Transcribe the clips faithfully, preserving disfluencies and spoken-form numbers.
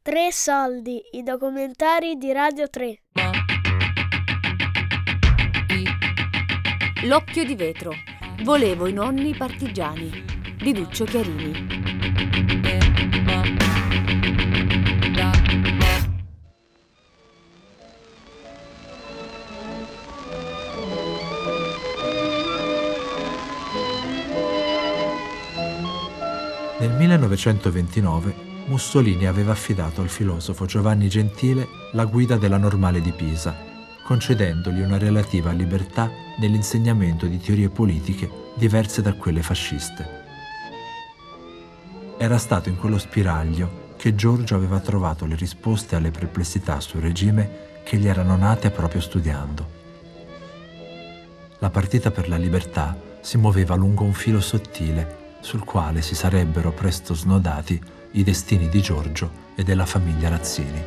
Tre soldi, i documentari di Radio tre. L'occhio di vetro. Volevo i nonni partigiani di Duccio Chiarini. Nel millenovecentoventinove Mussolini aveva affidato al filosofo Giovanni Gentile la guida della Normale di Pisa, concedendogli una relativa libertà nell'insegnamento di teorie politiche diverse da quelle fasciste. Era stato in quello spiraglio che Giorgio aveva trovato le risposte alle perplessità sul regime che gli erano nate proprio studiando. La partita per la libertà si muoveva lungo un filo sottile sul quale si sarebbero presto snodati i destini di Giorgio e della famiglia Razzini.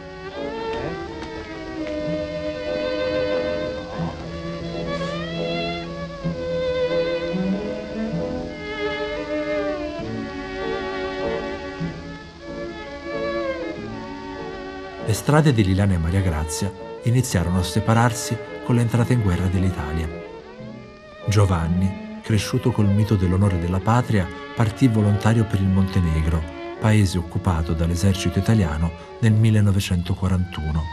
Le strade di Liliana e Maria Grazia iniziarono a separarsi con l'entrata in guerra dell'Italia. Giovanni, cresciuto col mito dell'onore della patria, partì volontario per il Montenegro, paese occupato dall'esercito italiano nel millenovecentoquarantuno.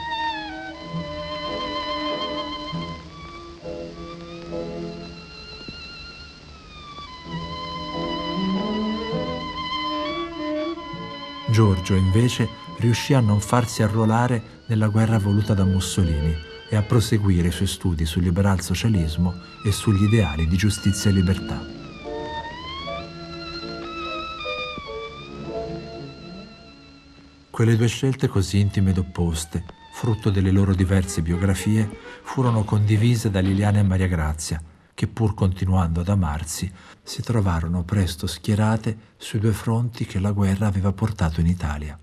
Giorgio, invece, riuscì a non farsi arruolare nella guerra voluta da Mussolini e a proseguire i suoi studi sul liberalsocialismo e sugli ideali di giustizia e libertà. Quelle due scelte così intime ed opposte, frutto delle loro diverse biografie, furono condivise da Liliana e Maria Grazia, che pur continuando ad amarsi, si trovarono presto schierate sui due fronti che la guerra aveva portato in Italia.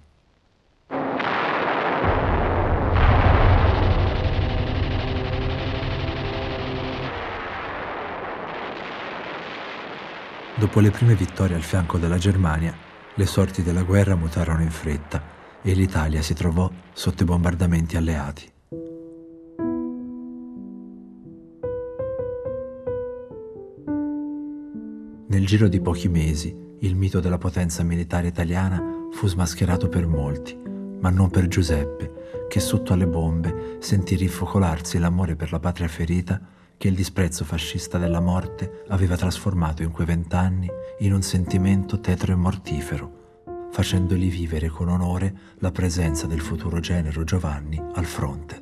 Dopo le prime vittorie al fianco della Germania, le sorti della guerra mutarono in fretta e l'Italia si trovò sotto i bombardamenti alleati. Nel giro di pochi mesi, il mito della potenza militare italiana fu smascherato per molti, ma non per Giuseppe, che sotto alle bombe sentì rifocolarsi l'amore per la patria ferita che il disprezzo fascista della morte aveva trasformato in quei vent'anni in un sentimento tetro e mortifero, facendogli vivere con onore la presenza del futuro genero Giovanni al fronte.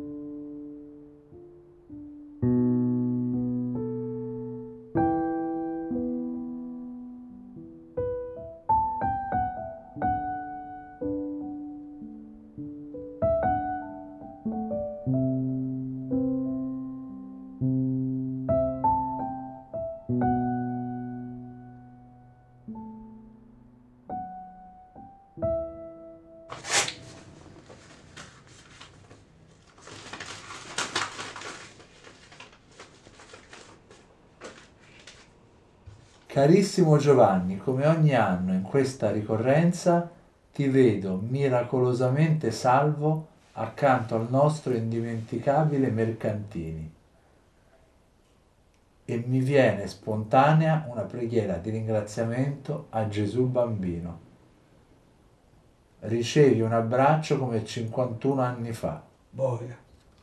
Carissimo Giovanni, come ogni anno in questa ricorrenza ti vedo miracolosamente salvo accanto al nostro indimenticabile Mercantini e mi viene spontanea una preghiera di ringraziamento a Gesù Bambino. Ricevi un abbraccio come cinquantuno anni fa. Boia.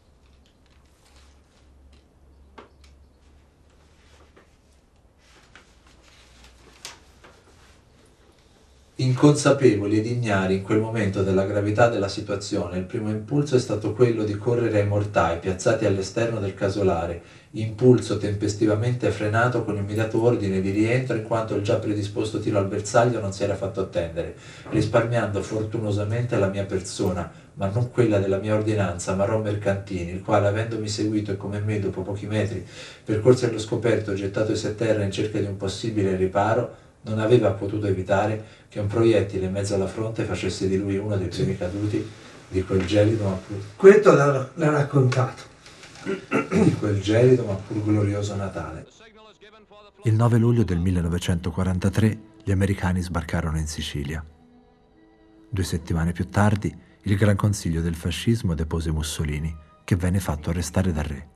Inconsapevoli ed ignari in quel momento della gravità della situazione, il primo impulso è stato quello di correre ai mortai piazzati all'esterno del casolare, impulso tempestivamente frenato con immediato ordine di rientro in quanto il già predisposto tiro al bersaglio non si era fatto attendere, risparmiando fortunosamente la mia persona, ma non quella della mia ordinanza, Marò Mercantini, il quale, avendomi seguito e come me dopo pochi metri percorsi allo scoperto, gettatosi a terra in cerca di un possibile riparo, non aveva potuto evitare che un proiettile in mezzo alla fronte facesse di lui uno dei primi caduti di quel gelido ma pur... Questo l'ha, l'ha raccontato. di quel gelido ma pur glorioso Natale. Il nove luglio del millenovecentoquarantatré gli americani sbarcarono in Sicilia. Due settimane più tardi, il Gran Consiglio del fascismo depose Mussolini, che venne fatto arrestare dal re.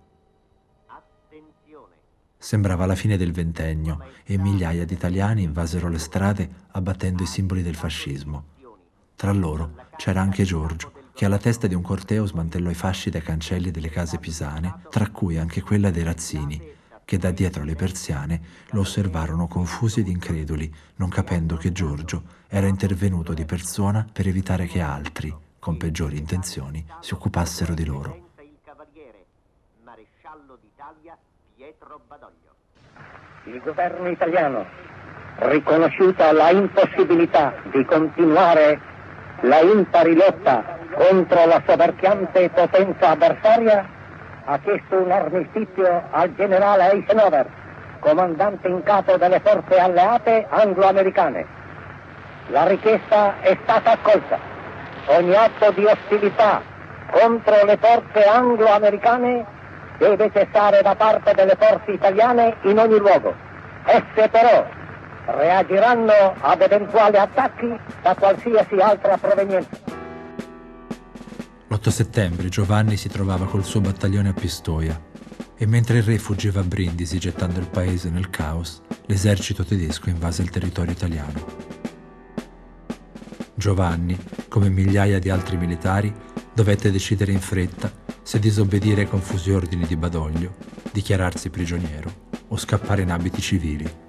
Sembrava la fine del ventennio e migliaia di italiani invasero le strade abbattendo i simboli del fascismo. Tra loro c'era anche Giorgio, che alla testa di un corteo smantellò i fasci dai cancelli delle case pisane, tra cui anche quella dei Razzini, che da dietro le persiane lo osservarono confusi ed increduli, non capendo che Giorgio era intervenuto di persona per evitare che altri, con peggiori intenzioni, si occupassero di loro. Il governo italiano, riconosciuta la impossibilità di continuare la impari lotta contro la soverchiante potenza avversaria, ha chiesto un armistizio al generale Eisenhower, comandante in capo delle forze alleate anglo-americane. La richiesta è stata accolta. Ogni atto di ostilità contro le forze anglo-americane deve cessare da parte delle forze italiane in ogni luogo. Esse però reagiranno ad eventuali attacchi da qualsiasi altra provenienza. L'otto settembre Giovanni si trovava col suo battaglione a Pistoia e mentre il re fuggiva a Brindisi gettando il paese nel caos, l'esercito tedesco invase il territorio italiano. Giovanni, come migliaia di altri militari, dovette decidere in fretta se disobbedire ai confusi ordini di Badoglio, dichiararsi prigioniero o scappare in abiti civili.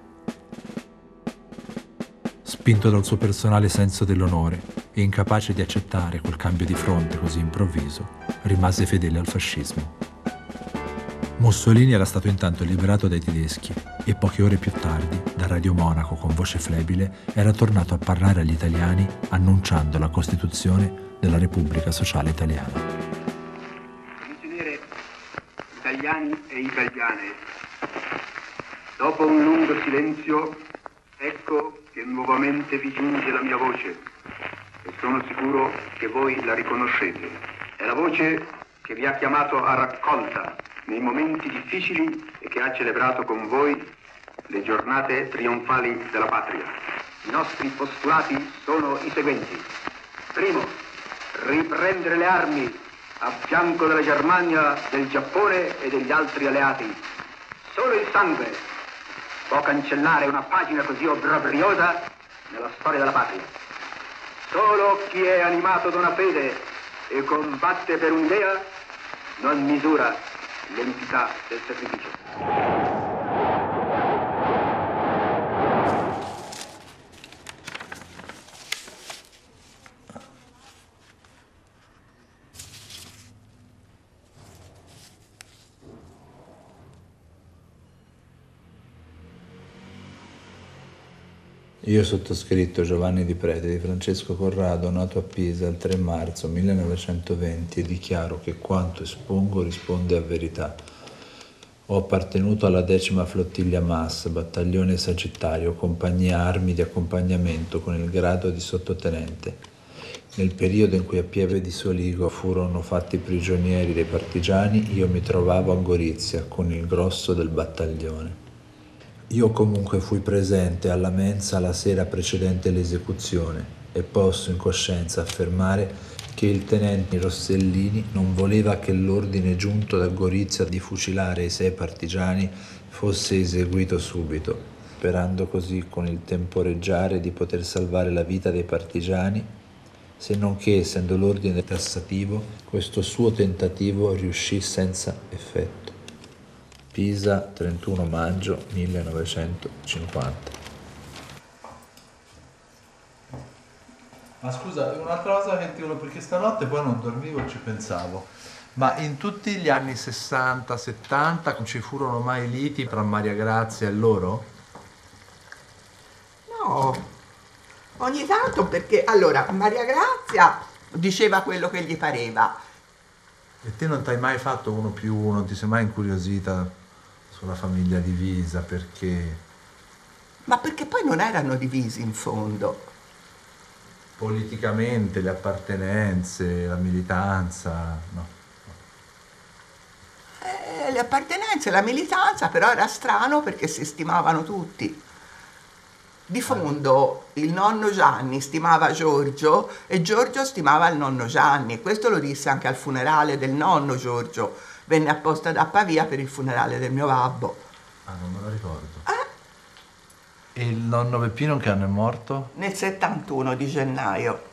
Spinto dal suo personale senso dell'onore e incapace di accettare quel cambio di fronte così improvviso, rimase fedele al fascismo. Mussolini era stato intanto liberato dai tedeschi e poche ore più tardi, da Radio Monaco con voce flebile, era tornato a parlare agli italiani annunciando la costituzione della Repubblica Sociale Italiana. Prigionieri italiani e italiane, dopo un lungo silenzio, ecco che nuovamente vi giunge la mia voce e sono sicuro che voi la riconoscete. È la voce che vi ha chiamato a raccolta nei momenti difficili e che ha celebrato con voi le giornate trionfali della patria. I nostri postulati sono i seguenti. Primo, riprendere le armi a fianco della Germania, del Giappone e degli altri alleati. Solo il sangue può cancellare una pagina così obbrobriosa nella storia della patria. Solo chi è animato da una fede e combatte per un'idea non misura l'entità del sacrificio. Io sottoscritto Giovanni Di Prete di Francesco Corrado, nato a Pisa il tre marzo millenovecentoventi, e dichiaro che quanto espongo risponde a verità. Ho appartenuto alla decima flottiglia M A S, battaglione Sagittario, compagnia armi di accompagnamento con il grado di sottotenente. Nel periodo in cui a Pieve di Soligo furono fatti prigionieri dei partigiani, io mi trovavo a Gorizia con il grosso del battaglione. Io comunque fui presente alla mensa la sera precedente l'esecuzione e posso in coscienza affermare che il tenente Rossellini non voleva che l'ordine giunto da Gorizia di fucilare i sei partigiani fosse eseguito subito, sperando così con il temporeggiare di poter salvare la vita dei partigiani, se non che, essendo l'ordine tassativo, questo suo tentativo riuscì senza effetto. Pisa, trentuno maggio millenovecentocinquanta. Ma scusa, un'altra cosa che ti volevo, perché stanotte poi non dormivo e ci pensavo, ma in tutti gli anni sessanta settanta non ci furono mai liti tra Maria Grazia e loro? No, ogni tanto, perché allora Maria Grazia diceva quello che gli pareva. E te non ti hai mai fatto uno più uno, non ti sei mai incuriosita sulla famiglia divisa, perché? Ma perché poi non erano divisi in fondo. Politicamente, le appartenenze, la militanza, no? Eh, le appartenenze, la militanza, però era strano perché si stimavano tutti. Di fondo il nonno Gianni stimava Giorgio e Giorgio stimava il nonno Gianni. Questo lo disse anche al funerale del nonno Giorgio. Venne apposta da Pavia per il funerale del mio babbo. Ah, non me lo ricordo. Eh? E il nonno Peppino che anno è morto? Nel settantuno di gennaio.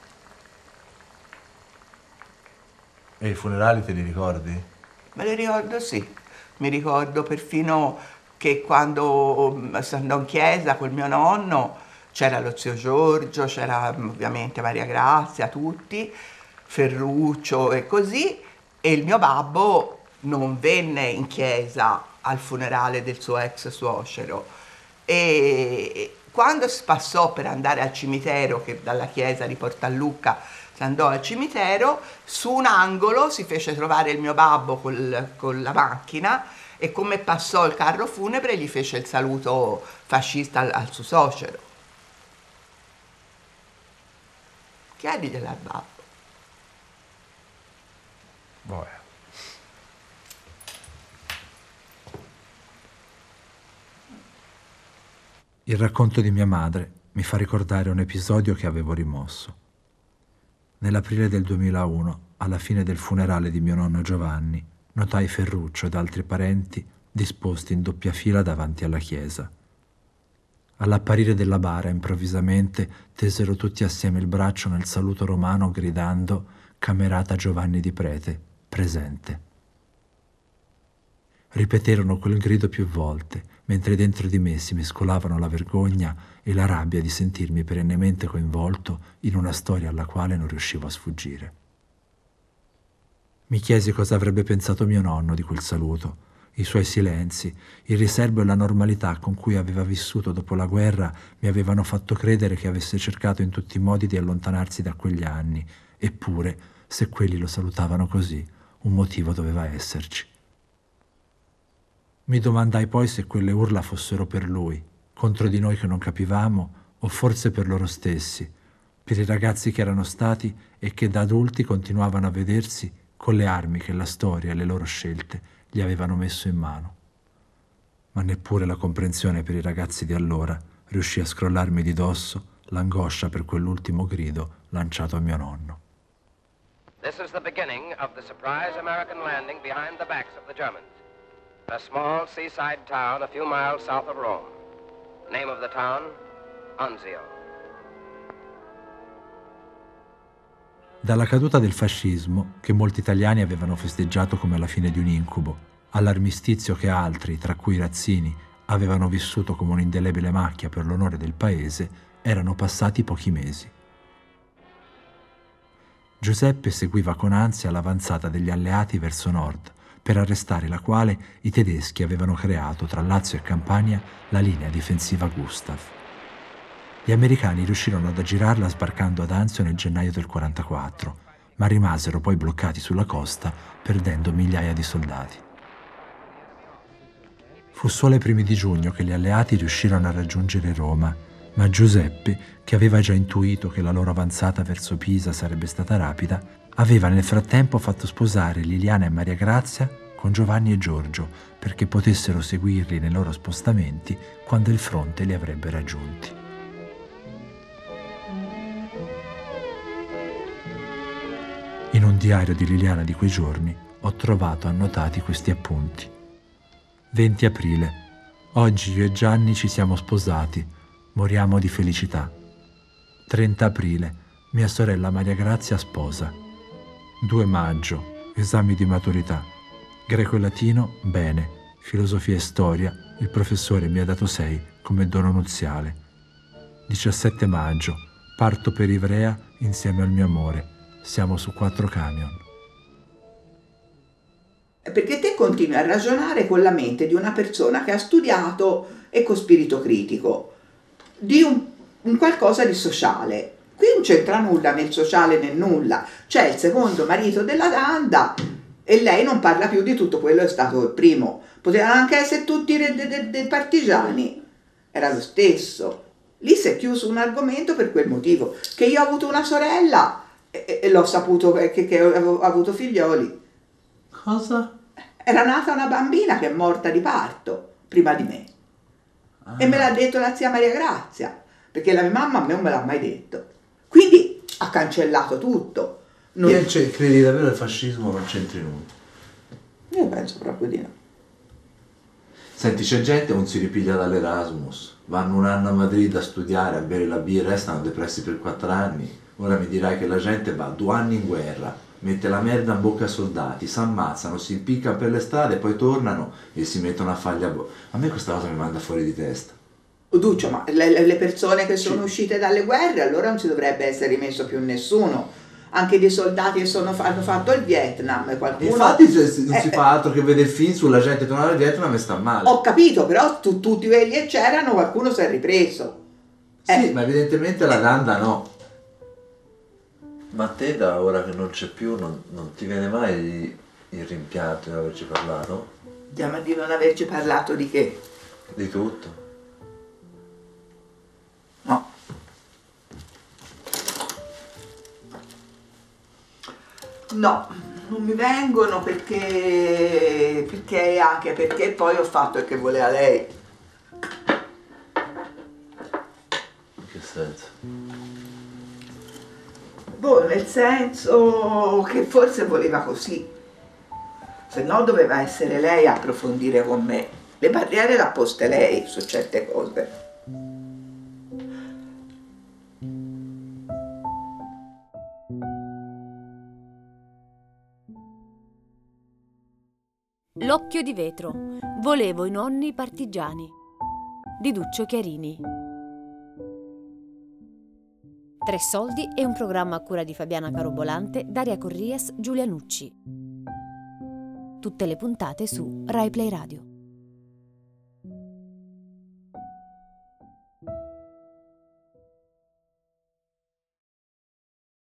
E i funerali te li ricordi? Me li ricordo, sì. Mi ricordo perfino che quando si andò in chiesa col mio nonno c'era lo zio Giorgio, c'era ovviamente Maria Grazia, tutti, Ferruccio e così, e il mio babbo non venne in chiesa al funerale del suo ex suocero. E quando si passò per andare al cimitero, che dalla chiesa di Portallucca si andò al cimitero, su un angolo si fece trovare il mio babbo col, con la macchina, e come passò il carro funebre gli fece il saluto fascista al, al suo suocero. Chiedigliela al babbo. Boh. Il racconto di mia madre mi fa ricordare un episodio che avevo rimosso. Nell'aprile del duemilauno, alla fine del funerale di mio nonno Giovanni, notai Ferruccio ed altri parenti disposti in doppia fila davanti alla chiesa. All'apparire della bara, improvvisamente, tesero tutti assieme il braccio nel saluto romano gridando «Camerata Giovanni di Prete, presente». Ripeterono quel grido più volte, mentre dentro di me si mescolavano la vergogna e la rabbia di sentirmi perennemente coinvolto in una storia alla quale non riuscivo a sfuggire. Mi chiesi cosa avrebbe pensato mio nonno di quel saluto, i suoi silenzi, il riserbo e la normalità con cui aveva vissuto dopo la guerra mi avevano fatto credere che avesse cercato in tutti i modi di allontanarsi da quegli anni, eppure, se quelli lo salutavano così, un motivo doveva esserci. Mi domandai poi se quelle urla fossero per lui, contro di noi che non capivamo, o forse per loro stessi, per i ragazzi che erano stati e che da adulti continuavano a vedersi con le armi che la storia e le loro scelte gli avevano messo in mano. Ma neppure la comprensione per i ragazzi di allora riuscì a scrollarmi di dosso l'angoscia per quell'ultimo grido lanciato a mio nonno. This is the beginning of the surprise American landing behind the backs of the Germans. A small seaside town a few miles south of Rome. Name of the town, Anzio. Dalla caduta del fascismo, che molti italiani avevano festeggiato come la fine di un incubo, all'armistizio che altri, tra cui i Razzini, avevano vissuto come un'indelebile macchia per l'onore del paese, erano passati pochi mesi. Giuseppe seguiva con ansia l'avanzata degli alleati verso nord, per arrestare la quale i tedeschi avevano creato tra Lazio e Campania la linea difensiva Gustav. Gli americani riuscirono ad aggirarla sbarcando ad Anzio nel gennaio del quarantaquattro, ma rimasero poi bloccati sulla costa, perdendo migliaia di soldati. Fu solo ai primi di giugno che gli alleati riuscirono a raggiungere Roma, ma Giuseppe, che aveva già intuito che la loro avanzata verso Pisa sarebbe stata rapida, aveva nel frattempo fatto sposare Liliana e Maria Grazia con Giovanni e Giorgio perché potessero seguirli nei loro spostamenti quando il fronte li avrebbe raggiunti. In un diario di Liliana di quei giorni ho trovato annotati questi appunti. venti aprile. Oggi io e Gianni ci siamo sposati. Moriamo di felicità. trenta aprile. Mia sorella Maria Grazia sposa. due maggio. Esami di maturità. Greco e latino, bene. Filosofia e storia, il professore mi ha dato sei come dono nuziale. diciassette maggio. Parto per Ivrea insieme al mio amore. Siamo su quattro camion. Perché te continui a ragionare con la mente di una persona che ha studiato e con spirito critico, di un, un qualcosa di sociale. Qui non c'entra nulla nel sociale né nulla. C'è il secondo marito della Danda e lei non parla più di tutto quello che è stato il primo. Potevano anche essere tutti dei de, de, de partigiani. Era lo stesso. Lì si è chiuso un argomento per quel motivo. Che io ho avuto una sorella e, e l'ho saputo che, che avevo avuto figlioli. Cosa? Era nata una bambina che è morta di parto prima di me. Ah. E me l'ha detto la zia Maria Grazia, perché la mia mamma a me non me l'ha mai detto. Quindi ha cancellato tutto. Non... E cioè, credi davvero che il fascismo non c'entri nulla? Io penso proprio di no. Senti, c'è gente che non si ripiglia dall'Erasmus, vanno un anno a Madrid a studiare, a bere la birra, restano depressi per quattro anni. Ora mi dirai che la gente va due anni in guerra, mette la merda in bocca ai soldati, si ammazzano, si impiccano per le strade, poi tornano e si mettono a fargli a bocca. A me questa cosa mi manda fuori di testa. Duccio, ma le, le persone che sono Sì. uscite dalle guerre, allora non si dovrebbe essere rimesso più nessuno. Anche dei soldati che sono, hanno fatto il Vietnam, qualcuno... Infatti cioè, non eh, si fa altro che vedere il film sulla gente tornare al Vietnam e sta male. Ho capito, però tu, tutti quelli che c'erano, qualcuno si è ripreso. Sì, Eh. ma evidentemente la Danda no. Ma a te da ora che non c'è più non, non ti viene mai il rimpianto di non averci parlato? Di, di non averci parlato di che? Di tutto? No. No, non mi vengono perché, perché anche perché poi ho fatto il che voleva lei. In che senso? Boh, nel senso che forse voleva così, se no doveva essere lei a approfondire con me. Le barriere le ha poste lei su certe cose. L'occhio di vetro. Volevo i nonni partigiani di Duccio Chiarini. Tre soldi è un programma a cura di Fabiana Carobolante, Daria Corrias, Giulia Nucci. Tutte le puntate su Rai Play Radio.